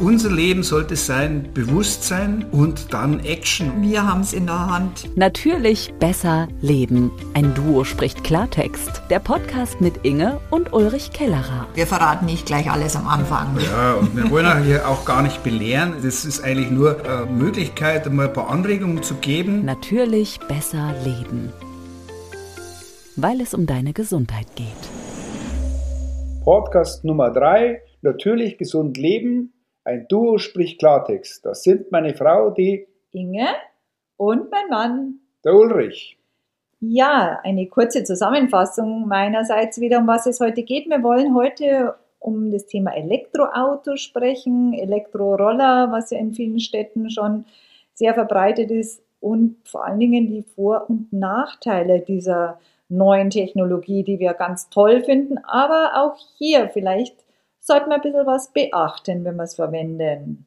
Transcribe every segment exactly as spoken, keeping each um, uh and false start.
unser Leben sollte sein Bewusstsein und dann Action. Wir haben es in der Hand. Natürlich besser leben. Ein Duo spricht Klartext. Der Podcast mit Inge und Ulrich Kellerer. Wir verraten nicht gleich alles am Anfang. Ja, und wir wollen auch hier auch gar nicht belehren. Das ist eigentlich nur eine Möglichkeit, mal ein paar Anregungen zu geben. Natürlich besser leben. Weil es um deine Gesundheit geht. Podcast Nummer drei, natürlich gesund leben, ein Duo spricht Klartext. Das sind meine Frau, die Inge und mein Mann, der Ulrich. Ja, eine kurze Zusammenfassung meinerseits wieder, um was es heute geht. Wir wollen heute um das Thema Elektroauto sprechen, Elektroroller, was ja in vielen Städten schon sehr verbreitet ist und vor allen Dingen die Vor- und Nachteile dieser neuen Technologie, die wir ganz toll finden, aber auch hier vielleicht sollten wir ein bisschen was beachten, wenn wir es verwenden.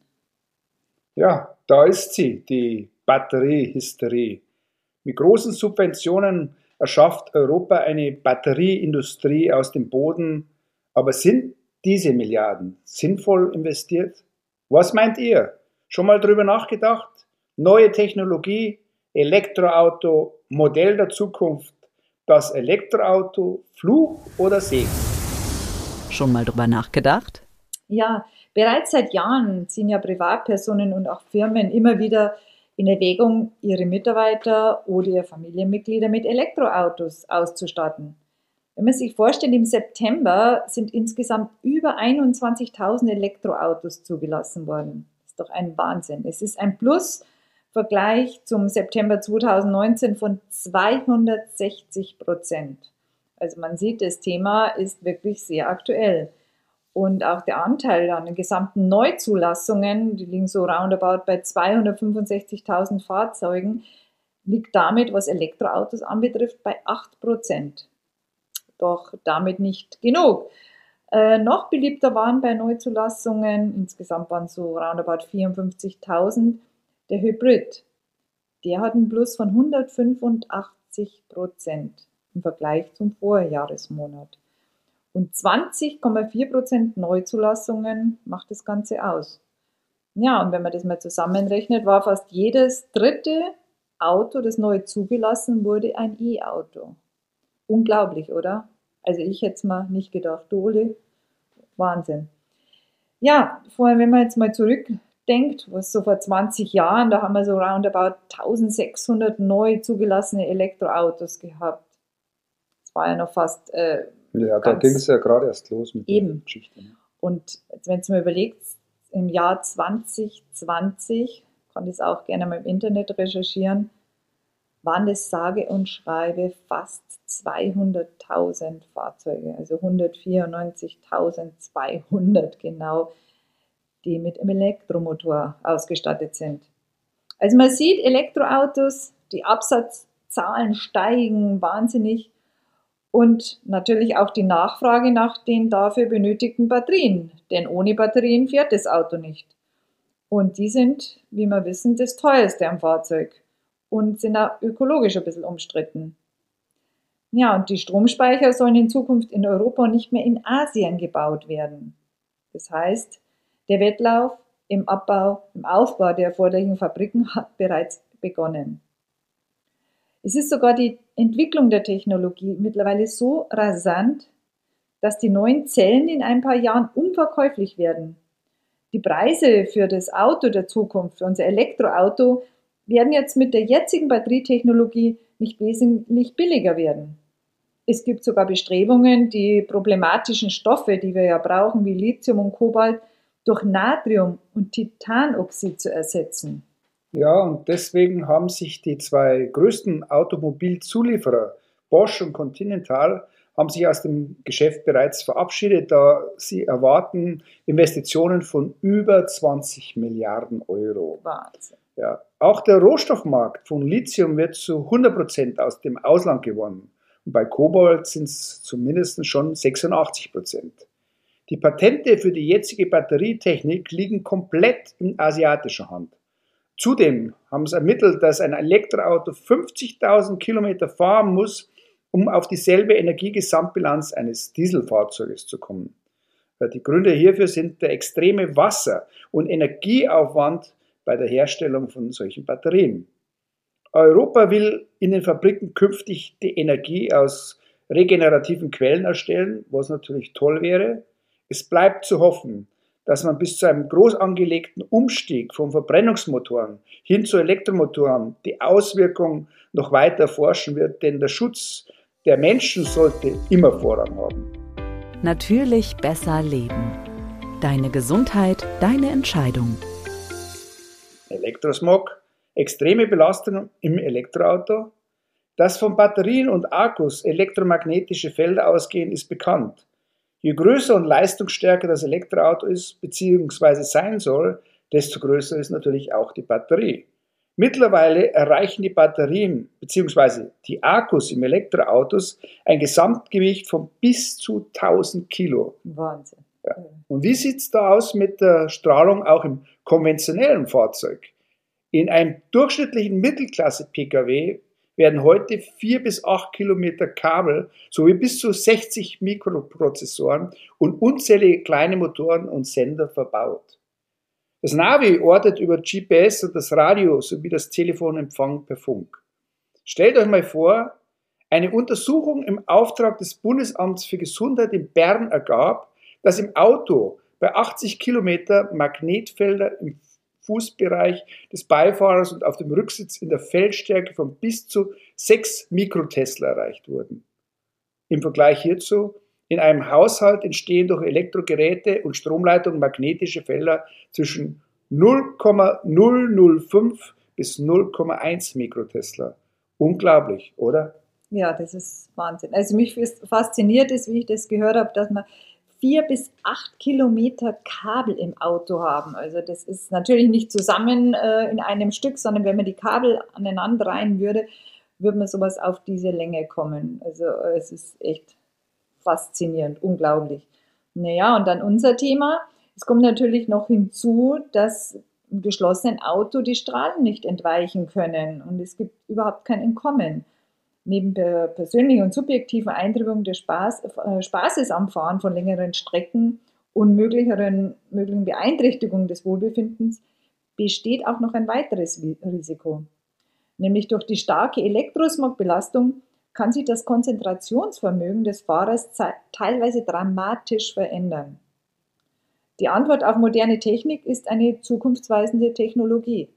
Ja, da ist sie, die Batteriehysterie. Mit großen Subventionen erschafft Europa eine Batterieindustrie aus dem Boden, aber sind diese Milliarden sinnvoll investiert? Was meint ihr? Schon mal drüber nachgedacht? Neue Technologie, Elektroauto, Modell der Zukunft. Das Elektroauto, Fluch oder Segen? Schon mal drüber nachgedacht? Ja, bereits seit Jahren ziehen ja Privatpersonen und auch Firmen immer wieder in Erwägung, ihre Mitarbeiter oder ihre Familienmitglieder mit Elektroautos auszustatten. Wenn man sich vorstellt, im September sind insgesamt über einundzwanzigtausend Elektroautos zugelassen worden. Das ist doch ein Wahnsinn. Es ist ein Plus Vergleich zum September zweitausendneunzehn von zweihundertsechzig Prozent. Also man sieht, das Thema ist wirklich sehr aktuell. Und auch der Anteil an den gesamten Neuzulassungen, die liegen so roundabout bei zweihundertfünfundsechzigtausend Fahrzeugen, liegt damit, was Elektroautos anbetrifft, bei acht Prozent. Doch damit nicht genug. Äh, noch beliebter waren bei Neuzulassungen, insgesamt waren es so roundabout vierundfünfzigtausend, der Hybrid, der hat einen Plus von hundertfünfundachtzig Prozent im Vergleich zum Vorjahresmonat. Und zwanzig Komma vier Prozent Neuzulassungen macht das Ganze aus. Ja, und wenn man das mal zusammenrechnet, war fast jedes dritte Auto, das neu zugelassen wurde, ein E-Auto. Unglaublich, oder? Also ich hätte es mal nicht gedacht. Du, Uli, Wahnsinn. Ja, vorher, wenn man jetzt mal zurück denkt, was so vor zwanzig Jahren, da haben wir so roundabout eintausendsechshundert neu zugelassene Elektroautos gehabt. Das war ja noch fast äh, Ja, da ging es ja gerade erst los mit eben. der Geschichte. Ne? Und wenn du mal überlegst, im Jahr zwanzig zwanzig, kann das auch gerne mal im Internet recherchieren, waren das sage und schreibe fast zweihunderttausend Fahrzeuge, also hundertvierundneunzigtausendzweihundert genau, die mit einem Elektromotor ausgestattet sind. Also man sieht, Elektroautos, die Absatzzahlen steigen wahnsinnig und natürlich auch die Nachfrage nach den dafür benötigten Batterien, denn ohne Batterien fährt das Auto nicht. Und die sind, wie wir wissen, das teuerste am Fahrzeug und sind auch ökologisch ein bisschen umstritten. Ja, und die Stromspeicher sollen in Zukunft in Europa und nicht mehr in Asien gebaut werden. Das heißt, der Wettlauf im Abbau, im Aufbau der erforderlichen Fabriken hat bereits begonnen. Es ist sogar die Entwicklung der Technologie mittlerweile so rasant, dass die neuen Zellen in ein paar Jahren unverkäuflich werden. Die Preise für das Auto der Zukunft, für unser Elektroauto, werden jetzt mit der jetzigen Batterietechnologie nicht wesentlich billiger werden. Es gibt sogar Bestrebungen, die problematischen Stoffe, die wir ja brauchen, wie Lithium und Kobalt, durch Natrium und Titanoxid zu ersetzen. Ja, und deswegen haben sich die zwei größten Automobilzulieferer, Bosch und Continental, haben sich aus dem Geschäft bereits verabschiedet, da sie erwarten Investitionen von über zwanzig Milliarden Euro. Wahnsinn. Ja, auch der Rohstoffmarkt von Lithium wird zu hundert Prozent aus dem Ausland gewonnen. Und bei Kobalt sind es zumindest schon sechsundachtzig Prozent. Die Patente für die jetzige Batterietechnik liegen komplett in asiatischer Hand. Zudem haben sie ermittelt, dass ein Elektroauto fünfzigtausend Kilometer fahren muss, um auf dieselbe Energiegesamtbilanz eines Dieselfahrzeuges zu kommen. Die Gründe hierfür sind der extreme Wasser- und Energieaufwand bei der Herstellung von solchen Batterien. Europa will in den Fabriken künftig die Energie aus regenerativen Quellen erstellen, was natürlich toll wäre. Es bleibt zu hoffen, dass man bis zu einem groß angelegten Umstieg von Verbrennungsmotoren hin zu Elektromotoren die Auswirkungen noch weiter erforschen wird, denn der Schutz der Menschen sollte immer Vorrang haben. Natürlich besser leben. Deine Gesundheit, deine Entscheidung. Elektrosmog, extreme Belastungen im Elektroauto. Dass von Batterien und Akkus elektromagnetische Felder ausgehen, ist bekannt. Je größer und leistungsstärker das Elektroauto ist bzw. sein soll, desto größer ist natürlich auch die Batterie. Mittlerweile erreichen die Batterien bzw. die Akkus im Elektroautos ein Gesamtgewicht von bis zu tausend Kilo. Wahnsinn. Ja. Und wie sieht es da aus mit der Strahlung auch im konventionellen Fahrzeug? In einem durchschnittlichen Mittelklasse-P K W werden heute vier bis acht Kilometer Kabel sowie bis zu sechzig Mikroprozessoren und unzählige kleine Motoren und Sender verbaut. Das Navi ortet über G P S und das Radio sowie das Telefonempfang per Funk. Stellt euch mal vor, eine Untersuchung im Auftrag des Bundesamts für Gesundheit in Bern ergab, dass im Auto bei achtzig Kilometer Magnetfelder im Fußbereich des Beifahrers und auf dem Rücksitz in der Feldstärke von bis zu sechs Mikrotesla erreicht wurden. Im Vergleich hierzu, in einem Haushalt entstehen durch Elektrogeräte und Stromleitungen magnetische Felder zwischen null Komma null null fünf bis null Komma eins Mikrotesla. Unglaublich, oder? Ja, das ist Wahnsinn. Also mich fasziniert ist, wie ich das gehört habe, dass man vier bis acht Kilometer Kabel im Auto haben. Also das ist natürlich nicht zusammen äh, in einem Stück, sondern wenn man die Kabel aneinander reihen würde, würde man sowas auf diese Länge kommen. Also äh, es ist echt faszinierend, unglaublich. Naja, und dann unser Thema. Es kommt natürlich noch hinzu, dass im geschlossenen Auto die Strahlen nicht entweichen können und es gibt überhaupt kein Entkommen. Neben der persönlichen und subjektiven Eintrübung des Spaß, äh, Spaßes am Fahren von längeren Strecken und möglicheren, möglichen Beeinträchtigungen des Wohlbefindens besteht auch noch ein weiteres Risiko. Nämlich durch die starke Elektrosmogbelastung kann sich das Konzentrationsvermögen des Fahrers teilweise dramatisch verändern. Die Antwort auf moderne Technik ist eine zukunftsweisende Technologie.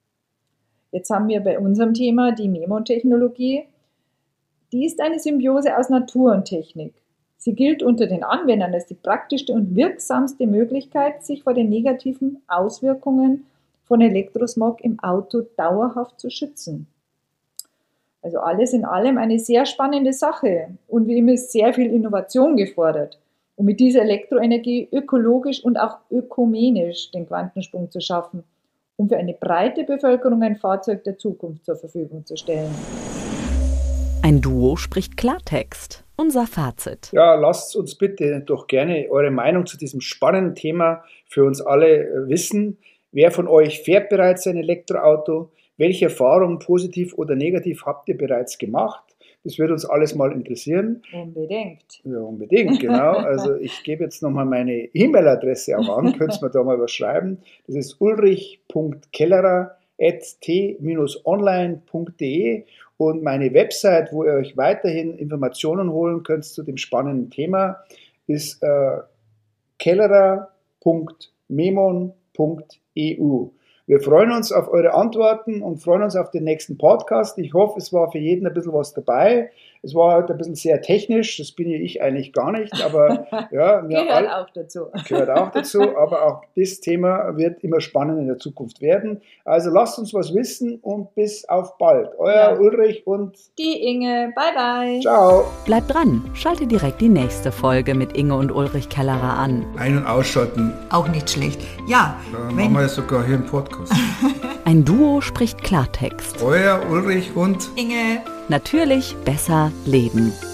Jetzt haben wir bei unserem Thema die Memon-Technologie. Die ist eine Symbiose aus Natur und Technik. Sie gilt unter den Anwendern als die praktischste und wirksamste Möglichkeit, sich vor den negativen Auswirkungen von Elektrosmog im Auto dauerhaft zu schützen. Also alles in allem eine sehr spannende Sache und wie immer ist sehr viel Innovation gefordert, um mit dieser Elektroenergie ökologisch und auch ökumenisch den Quantensprung zu schaffen, um für eine breite Bevölkerung ein Fahrzeug der Zukunft zur Verfügung zu stellen. Ein Duo spricht Klartext. Unser Fazit. Ja, lasst uns bitte doch gerne eure Meinung zu diesem spannenden Thema für uns alle wissen. Wer von euch fährt bereits ein Elektroauto? Welche Erfahrungen, positiv oder negativ, habt ihr bereits gemacht? Das würde uns alles mal interessieren. Unbedingt. Ja, unbedingt, genau. Also ich gebe jetzt nochmal meine E-Mail-Adresse auch an. Könnt ihr mir da mal was schreiben? Das ist ulrich punkt kellerer at t online punkt de und meine Website, wo ihr euch weiterhin Informationen holen könnt zu dem spannenden Thema, ist äh, kellerer punkt memon punkt e u. Wir freuen uns auf eure Antworten und freuen uns auf den nächsten Podcast. Ich hoffe, es war für jeden ein bisschen was dabei. Es war heute ein bisschen sehr technisch, das bin ja ich eigentlich gar nicht, aber ja, gehört all, auch dazu. Gehört auch dazu, aber auch das Thema wird immer spannend in der Zukunft werden. Also lasst uns was wissen und bis auf bald. Euer Ja. Ulrich und Die Inge, bye bye. ciao. Bleibt dran, schalte direkt die nächste Folge mit Inge und Ulrich Kellerer an. Ein- und ausschalten, Auch nicht schlecht. Ja, da wenn, machen wir das sogar hier im Podcast. Ein Duo spricht Klartext. Euer Ulrich und Inge, Natürlich besser leben.